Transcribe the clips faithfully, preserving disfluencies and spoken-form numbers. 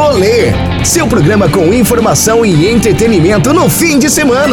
Rolê, seu programa com informação e entretenimento no fim de semana.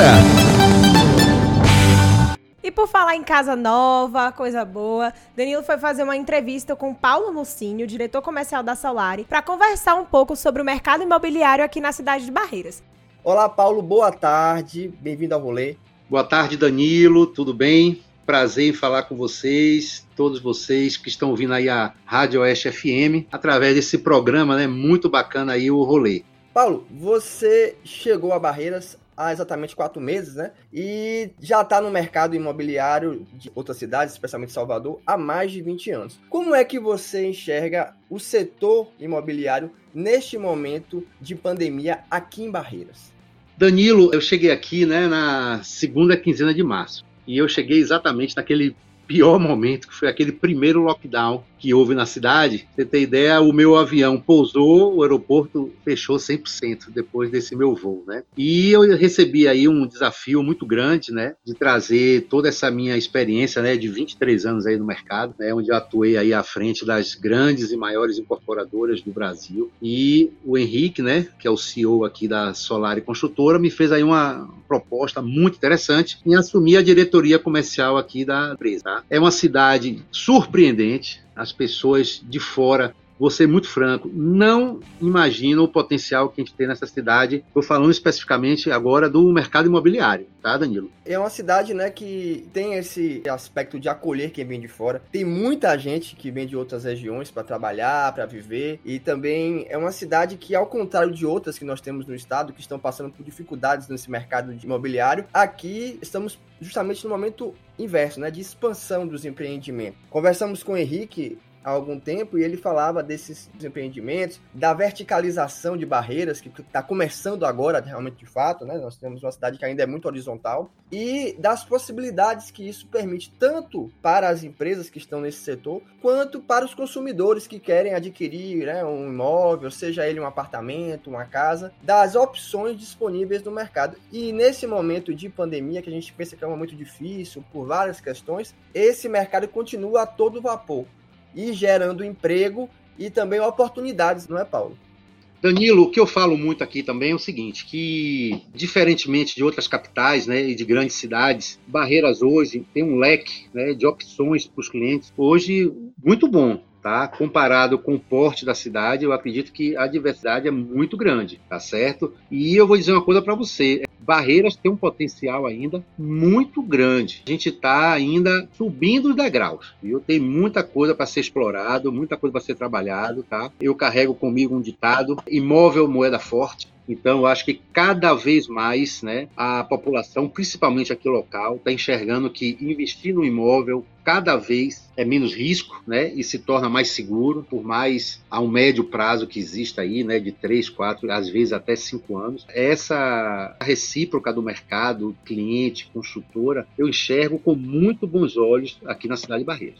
E por falar em casa nova, coisa boa, Danilo foi fazer uma entrevista com Paulo Lucinho, diretor comercial da Solari, para conversar um pouco sobre o mercado imobiliário aqui na cidade de Barreiras. Olá, Paulo, boa tarde, bem-vindo ao Rolê. Boa tarde, Danilo, tudo bem? Prazer em falar com vocês, todos vocês que estão ouvindo aí a Rádio Oeste F M, através desse programa, né, muito bacana aí, o Rolê. Paulo, você chegou a Barreiras há exatamente quatro meses, né? E já está no mercado imobiliário de outras cidades, especialmente Salvador, há mais de vinte anos. Como é que você enxerga o setor imobiliário neste momento de pandemia aqui em Barreiras? Danilo, eu cheguei aqui, né, na segunda quinzena de março. E eu cheguei exatamente naquele pior momento, que foi aquele primeiro lockdown que houve na cidade. Pra você ter ideia, o meu avião pousou, o aeroporto fechou cem por cento depois desse meu voo, né? E eu recebi aí um desafio muito grande, né, de trazer toda essa minha experiência, né, de vinte e três anos aí no mercado, né, onde eu atuei aí à frente das grandes e maiores incorporadoras do Brasil. E o Henrique, né, que é o C E O aqui da Solari Construtora, me fez aí uma proposta muito interessante em assumir a diretoria comercial aqui da empresa, tá? É uma cidade surpreendente. As pessoas de fora, vou ser muito franco, não imaginam o potencial que a gente tem nessa cidade. Estou falando especificamente agora do mercado imobiliário, tá, Danilo? É uma cidade, né, que tem esse aspecto de acolher quem vem de fora. Tem muita gente que vem de outras regiões para trabalhar, para viver. E também é uma cidade que, ao contrário de outras que nós temos no estado, que estão passando por dificuldades nesse mercado imobiliário, aqui estamos justamente no momento inverso, né, de expansão dos empreendimentos. Conversamos com o Henrique há algum tempo e ele falava desses empreendimentos, da verticalização de barreiras, que está começando agora, realmente de fato, né? Nós temos uma cidade que ainda é muito horizontal, e das possibilidades que isso permite, tanto para as empresas que estão nesse setor, quanto para os consumidores que querem adquirir, né, um imóvel, seja ele um apartamento, uma casa, das opções disponíveis no mercado. E nesse momento de pandemia, que a gente pensa que é um momento difícil, por várias questões, esse mercado continua a todo vapor, e gerando emprego e também oportunidades, não é, Paulo? Danilo, o que eu falo muito aqui também é o seguinte, que diferentemente de outras capitais, né, e de grandes cidades, Barreiras hoje tem um leque, né, de opções para os clientes, hoje muito bom. Tá? Comparado com o porte da cidade, eu acredito que a diversidade é muito grande, tá certo? E eu vou dizer uma coisa para você, Barreiras tem um potencial ainda muito grande. A gente está ainda subindo os degraus, viu? Tem muita coisa para ser explorado, muita coisa para ser trabalhado, tá? Eu carrego comigo um ditado, imóvel moeda forte. Então, eu acho que cada vez mais, né, a população, principalmente aqui local, está enxergando que investir no imóvel cada vez é menos risco, né, e se torna mais seguro, por mais a um médio prazo que exista aí, né, de três, quatro, às vezes até cinco anos. Essa recíproca do mercado, cliente, construtora, eu enxergo com muito bons olhos aqui na cidade de Barreiras.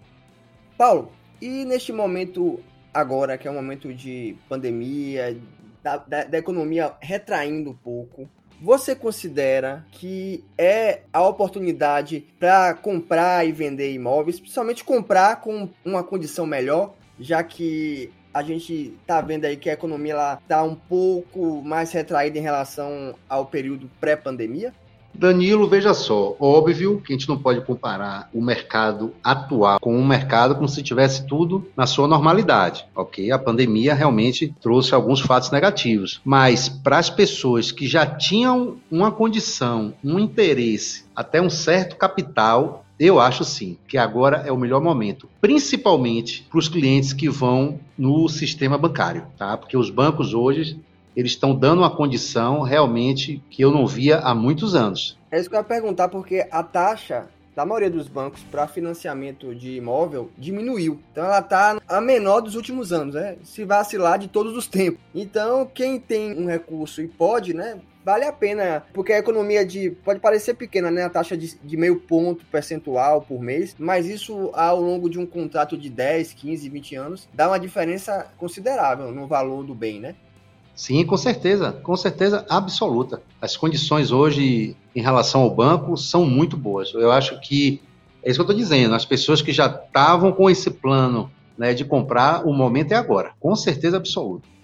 Paulo, e neste momento agora, que é um momento de pandemia, Da, da, da economia retraindo um pouco, você considera que é a oportunidade para comprar e vender imóveis, principalmente comprar com uma condição melhor, já que a gente está vendo aí que a economia está um pouco mais retraída em relação ao período pré-pandemia? Danilo, veja só, óbvio que a gente não pode comparar o mercado atual com um mercado como se tivesse tudo na sua normalidade, ok? A pandemia realmente trouxe alguns fatos negativos, mas para as pessoas que já tinham uma condição, um interesse, até um certo capital, eu acho sim, que agora é o melhor momento, principalmente para os clientes que vão no sistema bancário, tá? Porque os bancos hoje, eles estão dando uma condição realmente que eu não via há muitos anos. É isso que eu ia perguntar, porque a taxa da maioria dos bancos para financiamento de imóvel diminuiu. Então ela está a menor dos últimos anos, né? Se vacilar de todos os tempos. Então quem tem um recurso e pode, né, vale a pena, porque a economia de, pode parecer pequena, né, a taxa de, de meio ponto percentual por mês, mas isso ao longo de um contrato de dez, quinze, vinte anos dá uma diferença considerável no valor do bem, né? Sim, com certeza, com certeza absoluta. As condições hoje em relação ao banco são muito boas. Eu acho que, é isso que eu estou dizendo, as pessoas que já estavam com esse plano, né, de comprar, o momento é agora, com certeza absoluta.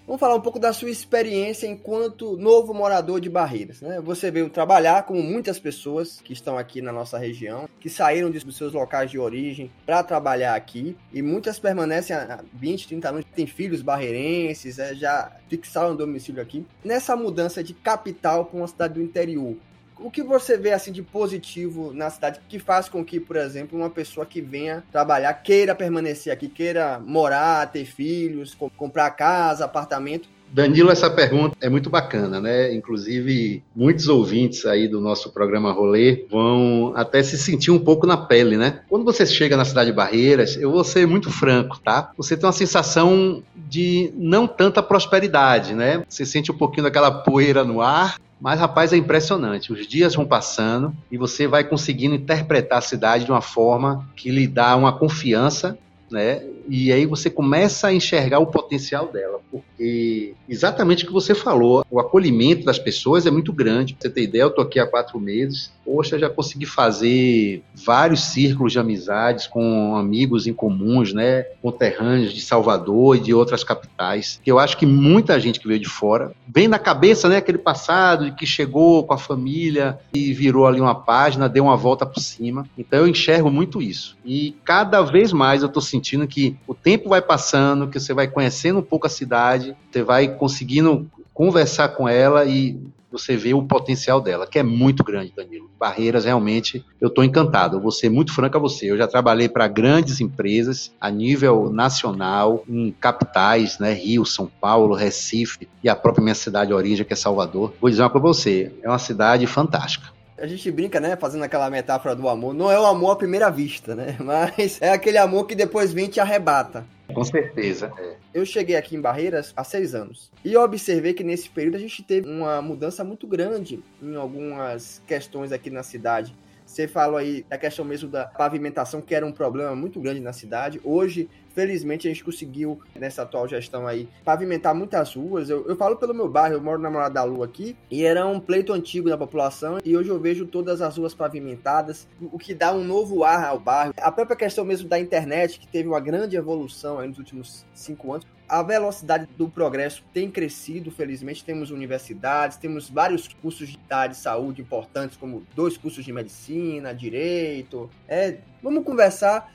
Vamos falar um pouco da sua experiência enquanto novo morador de Barreiras, né? Você veio trabalhar, como muitas pessoas que estão aqui na nossa região, que saíram dos seus locais de origem para trabalhar aqui, e muitas permanecem há vinte, trinta anos, têm filhos barreirenses, é, já fixaram o domicílio aqui. Nessa mudança de capital para uma cidade do interior, o que você vê assim de positivo na cidade que faz com que, por exemplo, uma pessoa que venha trabalhar queira permanecer aqui, queira morar, ter filhos, co- comprar casa, apartamento? Danilo, essa pergunta é muito bacana, né? Inclusive, muitos ouvintes aí do nosso programa Rolê vão até se sentir um pouco na pele, né? Quando você chega na cidade de Barreiras, eu vou ser muito franco, tá? Você tem uma sensação de não tanta prosperidade, né? Você sente um pouquinho daquela poeira no ar, mas, rapaz, é impressionante. Os dias vão passando e você vai conseguindo interpretar a cidade de uma forma que lhe dá uma confiança, né? E aí você começa a enxergar o potencial dela, porque exatamente o que você falou, o acolhimento das pessoas é muito grande. Pra você ter ideia, eu tô aqui há quatro meses, poxa, já consegui fazer vários círculos de amizades com amigos em comuns, né, conterrâneos de Salvador e de outras capitais, que eu acho que muita gente que veio de fora vem na cabeça, né, aquele passado de que chegou com a família e virou ali uma página, deu uma volta por cima. Então eu enxergo muito isso. E cada vez mais eu tô sentindo que o tempo vai passando, que você vai conhecendo um pouco a cidade, você vai conseguindo conversar com ela e você vê o potencial dela, que é muito grande, Danilo. Barreiras, realmente, eu estou encantado. Eu vou ser muito franco a você. Eu já trabalhei para grandes empresas a nível nacional, em capitais, né, Rio, São Paulo, Recife e a própria minha cidade de origem, que é Salvador. Vou dizer uma coisa para você, é uma cidade fantástica. A gente brinca, né, fazendo aquela metáfora do amor. Não é o amor à primeira vista, né? Mas é aquele amor que depois vem e te arrebata. Com certeza. É. Eu cheguei aqui em Barreiras há seis anos. E eu observei que nesse período a gente teve uma mudança muito grande em algumas questões aqui na cidade. Você falou aí da questão mesmo da pavimentação, que era um problema muito grande na cidade. Hoje, felizmente, a gente conseguiu, nessa atual gestão aí, pavimentar muitas ruas. Eu, eu falo pelo meu bairro, eu moro na Morada da Lua aqui, e era um pleito antigo da população, e hoje eu vejo todas as ruas pavimentadas, o que dá um novo ar ao bairro. A própria questão mesmo da internet, que teve uma grande evolução aí nos últimos cinco anos. A velocidade do progresso tem crescido, felizmente. Temos universidades, temos vários cursos de área de saúde importantes, como dois cursos de medicina, direito. É, vamos conversar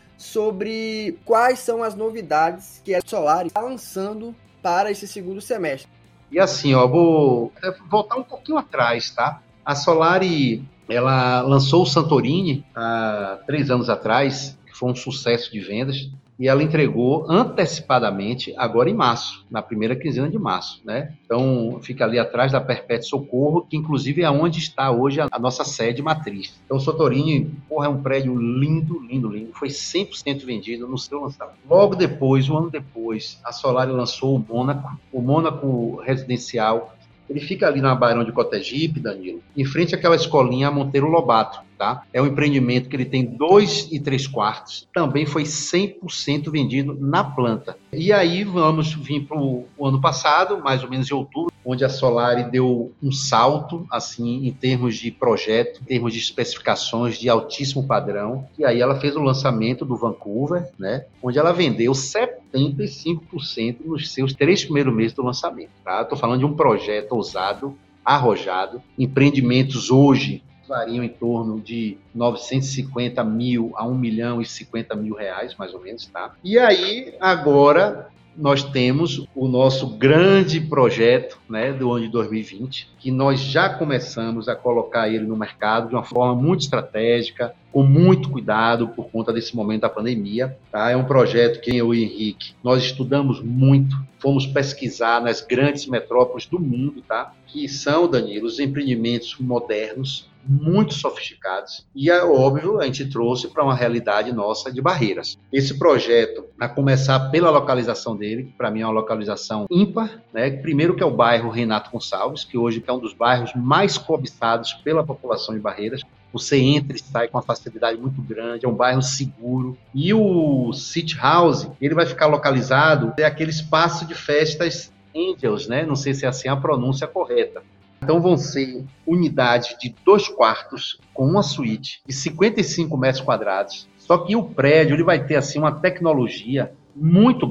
sobre quais são as novidades que a Solari está lançando para esse segundo semestre. E assim, ó, vou voltar um pouquinho atrás, tá? A Solari, ela lançou o Santorini há três anos atrás, que foi um sucesso de vendas. E ela entregou antecipadamente, agora em março, na primeira quinzena de março, né? Então, fica ali atrás da Perpétuo Socorro, que inclusive é onde está hoje a, a nossa sede matriz. Então, o Santorini, porra, é um prédio lindo, lindo, lindo. Foi cem por cento vendido no seu lançamento. Logo depois, um ano depois, a Solari lançou o Mônaco, o Mônaco residencial. Ele fica ali na Barão de Cotegipe, Danilo, em frente àquela escolinha Monteiro Lobato, tá? É um empreendimento que ele tem dois e três quartos, também foi cem por cento vendido na planta. E aí vamos vir para o ano passado, mais ou menos em outubro, onde a Solari deu um salto, assim, em termos de projeto, em termos de especificações de altíssimo padrão, e aí ela fez o lançamento do Vancouver, né? Onde ela vendeu setenta e cinco por cento nos seus três primeiros meses do lançamento, tá? Estou falando de um projeto ousado, arrojado, empreendimentos hoje variam em torno de novecentos e cinquenta mil a um milhão e cinquenta mil reais, mais ou menos, tá? E aí, agora, nós temos o nosso grande projeto, né, do ano de dois mil e vinte, que nós já começamos a colocar ele no mercado de uma forma muito estratégica, com muito cuidado por conta desse momento da pandemia. Tá? É um projeto que eu e o Henrique, nós estudamos muito, fomos pesquisar nas grandes metrópoles do mundo, tá? Que são, Danilo, os empreendimentos modernos, muito sofisticados, e é óbvio, a gente trouxe para uma realidade nossa de Barreiras. Esse projeto, a começar pela localização dele, que para mim é uma localização ímpar, né? Primeiro que é o bairro Renato Gonçalves, que hoje é um dos bairros mais cobiçados pela população de Barreiras. Você entra e sai com uma facilidade muito grande, é um bairro seguro. E o City House, ele vai ficar localizado, é aquele espaço de festas Angels, né? Não sei se é assim a pronúncia correta. Então vão ser unidades de dois quartos com uma suíte de cinquenta e cinco metros quadrados. Só que o prédio ele vai ter assim uma tecnologia muito grande.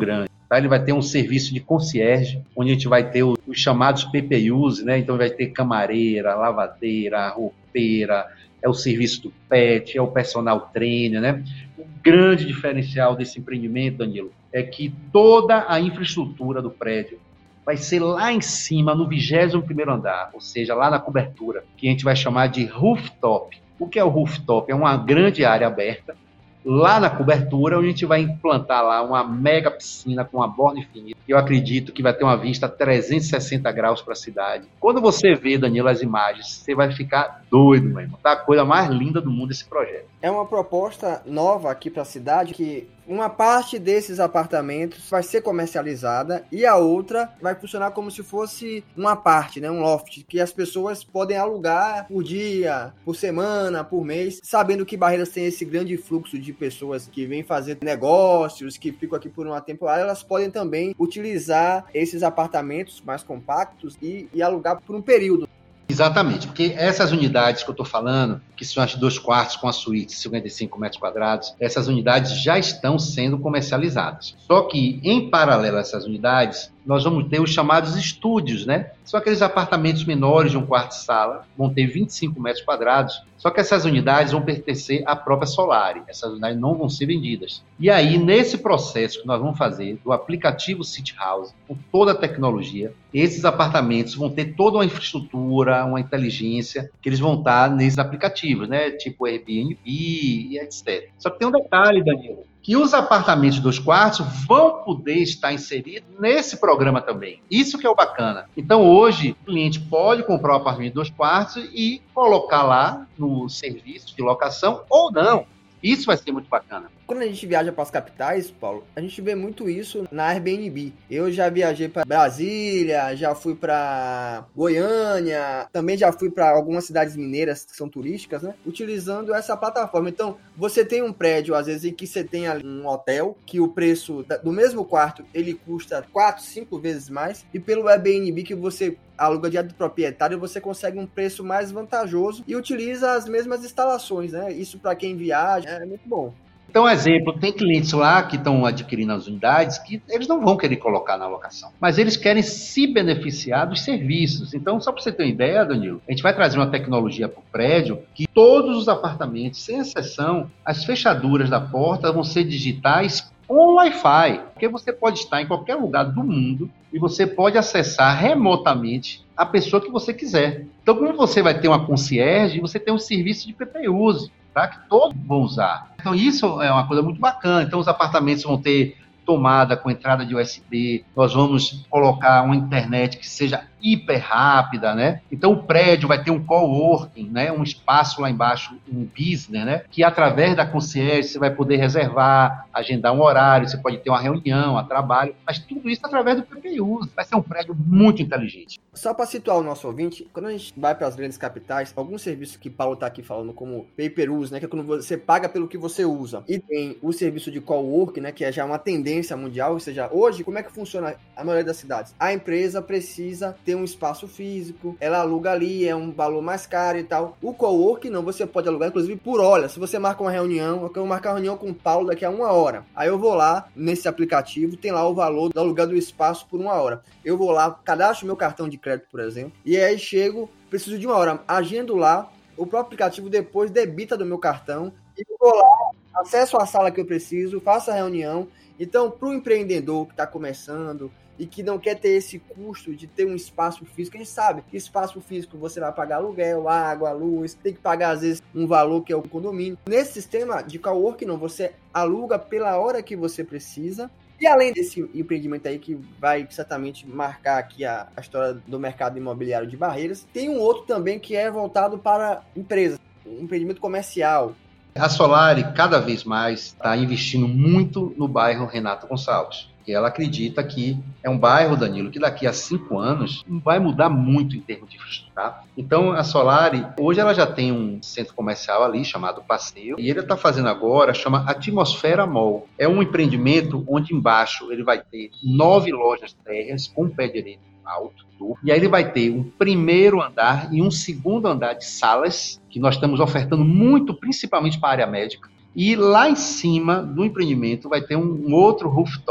Tá? Ele vai ter um serviço de concierge, onde a gente vai ter os, os chamados P P Us, né? Então vai ter camareira, lavadeira, roupeira, é o serviço do pet, é o personal trainer, né? O grande diferencial desse empreendimento, Danilo, é que toda a infraestrutura do prédio vai ser lá em cima, no vigésimo primeiro andar, ou seja, lá na cobertura, que a gente vai chamar de rooftop. O que é o rooftop? É uma grande área aberta, lá na cobertura, onde a gente vai implantar lá uma mega piscina com uma borda infinita. Eu acredito que vai ter uma vista trezentos e sessenta graus para a cidade. Quando você vê, Danilo, as imagens, você vai ficar doido, meu irmão. Tá a coisa mais linda do mundo esse projeto. É uma proposta nova aqui para a cidade, que uma parte desses apartamentos vai ser comercializada e a outra vai funcionar como se fosse uma parte, né, um loft, que as pessoas podem alugar por dia, por semana, por mês, sabendo que Barreiras tem esse grande fluxo de pessoas que vêm fazer negócios, que ficam aqui por uma temporada, elas podem também utilizar esses apartamentos mais compactos e, e alugar por um período. Exatamente, porque essas unidades que eu estou falando, que são as dois quartos com a suíte, cinquenta e cinco metros quadrados, essas unidades já estão sendo comercializadas. Só que, em paralelo a essas unidades, nós vamos ter os chamados estúdios, né? São aqueles apartamentos menores de um quarto e sala, vão ter vinte e cinco metros quadrados, só que essas unidades vão pertencer à própria Solari, essas unidades não vão ser vendidas. E aí, nesse processo que nós vamos fazer do aplicativo City House, com toda a tecnologia, esses apartamentos vão ter toda uma infraestrutura, uma inteligência, que eles vão estar nesses aplicativos, né? Tipo Airbnb e etcétera. Só que tem um detalhe, Danilo, que os apartamentos de dois quartos vão poder estar inseridos nesse programa também. Isso que é o bacana. Então, hoje, o cliente pode comprar um apartamento de dois quartos e colocar lá no serviço de locação ou não. Isso vai ser muito bacana. Quando a gente viaja para as capitais, Paulo, a gente vê muito isso na Airbnb. Eu já viajei para Brasília, já fui para Goiânia, também já fui para algumas cidades mineiras que são turísticas, né? Utilizando essa plataforma. Então, você tem um prédio, às vezes, em que você tem ali um hotel, que o preço do mesmo quarto, ele custa quatro, cinco vezes mais, e pelo Airbnb que você aluga direto do proprietário, você consegue um preço mais vantajoso e utiliza as mesmas instalações, né? Isso para quem viaja é muito bom. Então, exemplo, tem clientes lá que estão adquirindo as unidades que eles não vão querer colocar na locação, mas eles querem se beneficiar dos serviços. Então, só para você ter uma ideia, Danilo, a gente vai trazer uma tecnologia para o prédio que todos os apartamentos, sem exceção, as fechaduras da porta vão ser digitais com Wi-Fi, porque você pode estar em qualquer lugar do mundo e você pode acessar remotamente a pessoa que você quiser. Então, como você vai ter uma concierge, você tem um serviço de P P Us, tá? Que todos vão usar. Então, isso é uma coisa muito bacana. Então, os apartamentos vão ter tomada com entrada de U S B, nós vamos colocar uma internet que seja hiper rápida, né? Então o prédio vai ter um coworking, né? Um espaço lá embaixo, um business, né? Que através da concierge você vai poder reservar, agendar um horário, você pode ter uma reunião, um trabalho, mas tudo isso através do P P U. Vai ser um prédio muito inteligente. Só para situar o nosso ouvinte, quando a gente vai para as grandes capitais, alguns serviços que Paulo está aqui falando, como pay-per-use, né? Que é quando você paga pelo que você usa. E tem o serviço de coworking, né? Que é já uma tendência mundial, ou seja, hoje, como é que funciona a maioria das cidades? A empresa precisa ter um espaço físico, ela aluga ali, é um valor mais caro e tal. O coworking não, você pode alugar, inclusive, por hora. Se você marca uma reunião, eu quero marcar uma reunião com o Paulo daqui a uma hora. Aí eu vou lá, nesse aplicativo, tem lá o valor do aluguel do espaço por uma hora. Eu vou lá, cadastro meu cartão de crédito, por exemplo, e aí chego, preciso de uma hora, agendo lá, o próprio aplicativo depois debita do meu cartão, e eu vou lá, acesso a sala que eu preciso, faço a reunião. Então, para o empreendedor que está começando e que não quer ter esse custo de ter um espaço físico, a gente sabe que espaço físico você vai pagar aluguel, água, luz, tem que pagar às vezes um valor que é o condomínio. Nesse sistema de coworking não, você aluga pela hora que você precisa. E além desse empreendimento aí que vai certamente marcar aqui a, a história do mercado imobiliário de Barreiras, tem um outro também que é voltado para empresas, um empreendimento comercial. A Solari, cada vez mais, está investindo muito no bairro Renato Gonçalves. E ela acredita que é um bairro, Danilo, que daqui a cinco anos vai mudar muito em termos de infraestrutura. Tá? Então, a Solari, hoje ela já tem um centro comercial ali, chamado Passeio, e ele está fazendo agora, chama Atmosfera Mall. É um empreendimento onde embaixo ele vai ter nove lojas térreas com pé direito alto, e aí ele vai ter um primeiro andar e um segundo andar de salas, que nós estamos ofertando muito, principalmente para a área médica, e lá em cima do empreendimento vai ter um, um outro rooftop,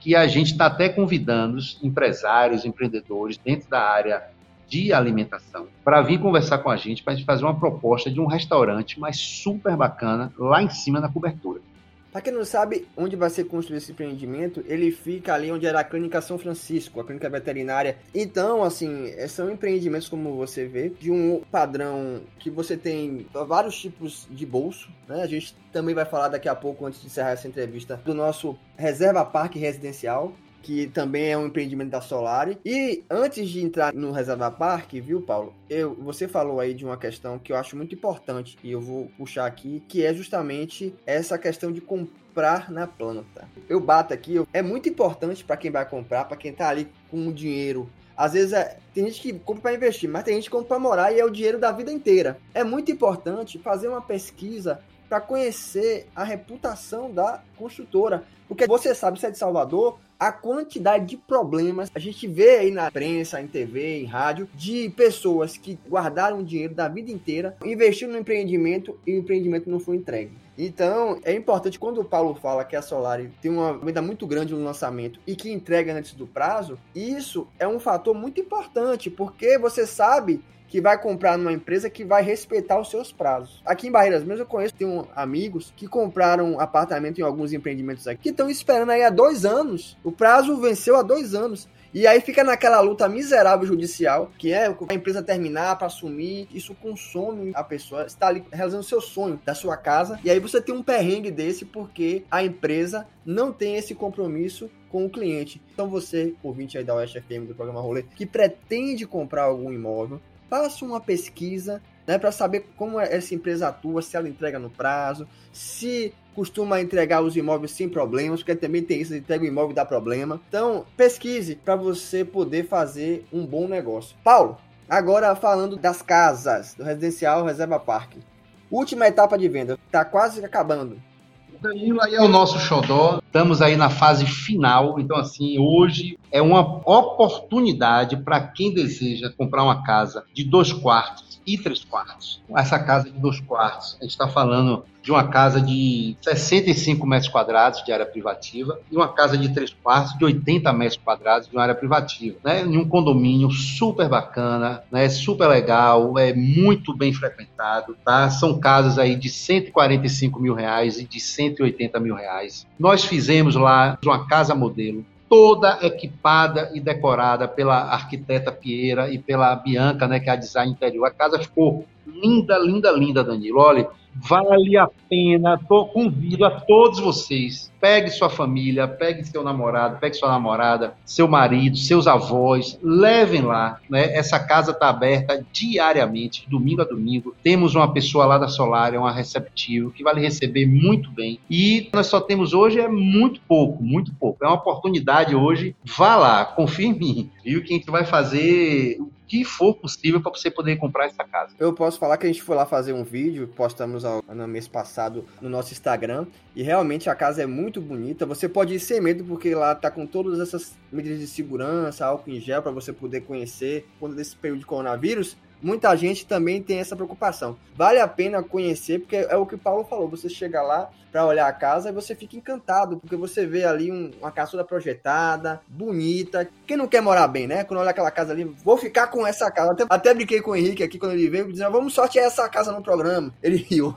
que a gente está até convidando os empresários, empreendedores dentro da área de alimentação para vir conversar com a gente, para a gente fazer uma proposta de um restaurante, mas super bacana, lá em cima na cobertura. Para quem não sabe onde vai ser construído esse empreendimento, ele fica ali onde era a Clínica São Francisco, a clínica veterinária. Então, assim, são empreendimentos, como você vê, de um padrão que você tem vários tipos de bolso, né? A gente também vai falar daqui a pouco, antes de encerrar essa entrevista, do nosso Reserva Parque Residencial, que também é um empreendimento da Solari. E antes de entrar no Reserva Parque, viu, Paulo? Eu, você falou aí de uma questão que eu acho muito importante, e eu vou puxar aqui, que é justamente essa questão de comprar na planta. Eu bato aqui, eu, é muito importante para quem vai comprar, para quem tá ali com o dinheiro. Às vezes é, tem gente que compra para investir, mas tem gente que compra para morar e é o dinheiro da vida inteira. É muito importante fazer uma pesquisa para conhecer a reputação da construtora. Porque você sabe, você é de Salvador, a quantidade de problemas a gente vê aí na imprensa, em T V, em rádio, de pessoas que guardaram dinheiro da vida inteira, investiram no empreendimento e o empreendimento não foi entregue. Então, é importante, quando o Paulo fala que a Solari tem uma venda muito grande no lançamento e que entrega antes do prazo, isso é um fator muito importante, porque você sabe que vai comprar numa empresa que vai respeitar os seus prazos. Aqui em Barreiras mesmo eu conheço, tenho amigos que compraram apartamento em alguns empreendimentos aqui, que estão esperando aí há dois anos. O prazo venceu há dois anos. E aí fica naquela luta miserável judicial, que é a empresa terminar para assumir. Isso consome a pessoa, está ali realizando o seu sonho da sua casa. E aí você tem um perrengue desse porque a empresa não tem esse compromisso com o cliente. Então você, ouvinte aí da Oeste F M do programa Rolê, que pretende comprar algum imóvel, faça uma pesquisa, né, para saber como essa empresa atua, se ela entrega no prazo, se costuma entregar os imóveis sem problemas, porque também tem isso, entrega o imóvel e dá problema. Então, pesquise para você poder fazer um bom negócio. Paulo, agora falando das casas, do residencial Reserva Parque. Última etapa de venda, está quase acabando. Danilo aí é o nosso xodó, estamos aí na fase final, então assim, hoje é uma oportunidade para quem deseja comprar uma casa de dois quartos e três quartos. Essa casa de dois quartos, a gente está falando de uma casa de sessenta e cinco metros quadrados de área privativa e uma casa de três quartos de oitenta metros quadrados de uma área privativa, né? Em um condomínio super bacana, né? Super legal, é muito bem frequentado, tá? São casas aí de cento e quarenta e cinco mil reais e de cento e oitenta mil reais. Nós fizemos lá uma casa modelo, toda equipada e decorada pela arquiteta Pieira e pela Bianca, né, que é a design interior. A casa ficou linda, linda, linda, Danilo. Olha, vale a pena, tô, convido a todos vocês, pegue sua família, pegue seu namorado, pegue sua namorada, seu marido, seus avós, levem lá, né? Essa casa está aberta diariamente, domingo a domingo. Temos uma pessoa lá da Solari, uma receptível, que vai lhe receber muito bem. E nós só temos hoje é muito pouco, muito pouco. É uma oportunidade hoje, vá lá, confia em mim, viu, que a gente vai fazer o que for possível para você poder comprar essa casa. Eu posso falar que a gente foi lá fazer um vídeo, postamos no mês passado no nosso Instagram, e realmente a casa é muito bonita. Você pode ir sem medo, porque lá tá com todas essas medidas de segurança, álcool em gel, para você poder conhecer. Quando desse período de coronavírus, muita gente também tem essa preocupação. Vale a pena conhecer, porque é o que o Paulo falou, você chega lá para olhar a casa e você fica encantado, porque você vê ali um, uma casa toda projetada, bonita. Quem não quer morar bem, né? Quando olha aquela casa ali, vou ficar com essa casa. Até, até brinquei com o Henrique aqui quando ele veio, dizendo, vamos sortear essa casa no programa. Ele riu.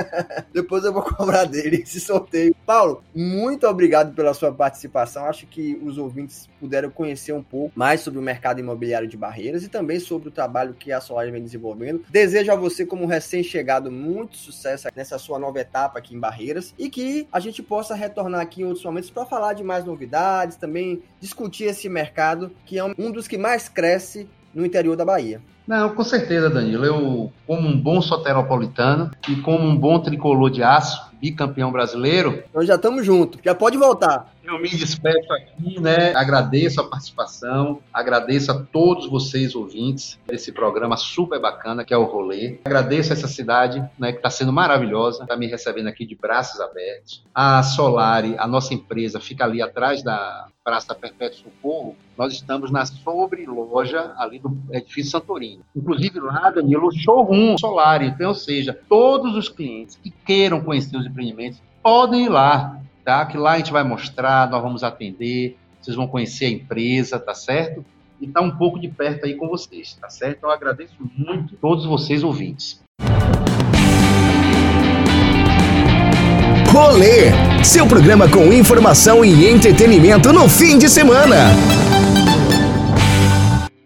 Depois eu vou cobrar dele esse sorteio. Paulo, muito obrigado pela sua participação. Acho que os ouvintes puderam conhecer um pouco mais sobre o mercado imobiliário de Barreiras e também sobre o trabalho que a Solari vem desenvolvendo. Desejo a você, como recém-chegado, muito sucesso nessa sua nova etapa aqui em Barreiras e que a gente possa retornar aqui em outros momentos para falar de mais novidades, também discutir esse mercado que é um dos que mais cresce no interior da Bahia. Não, com certeza, Danilo. Eu, como um bom soteropolitano e como um bom tricolor de aço, bicampeão brasileiro... Nós já estamos juntos, já pode voltar. Eu me despeço aqui, né? Agradeço a participação, agradeço a todos vocês, ouvintes, desse programa super bacana que é o Rolê. Agradeço essa cidade, né, que está sendo maravilhosa, está me recebendo aqui de braços abertos. A Solari, a nossa empresa, fica ali atrás da Praça Perpétuo Socorro. Nós estamos na sobreloja ali do edifício Santorini. Inclusive lá, Danilo, showroom Solari. Então, ou seja, todos os clientes que queiram conhecer os empreendimentos podem ir lá. tá? Que lá a gente vai mostrar, nós vamos atender, vocês vão conhecer a empresa, tá certo? E tá um pouco de perto aí com vocês, tá certo? Então eu agradeço muito a todos vocês ouvintes. Rolê, seu programa com informação e entretenimento no fim de semana.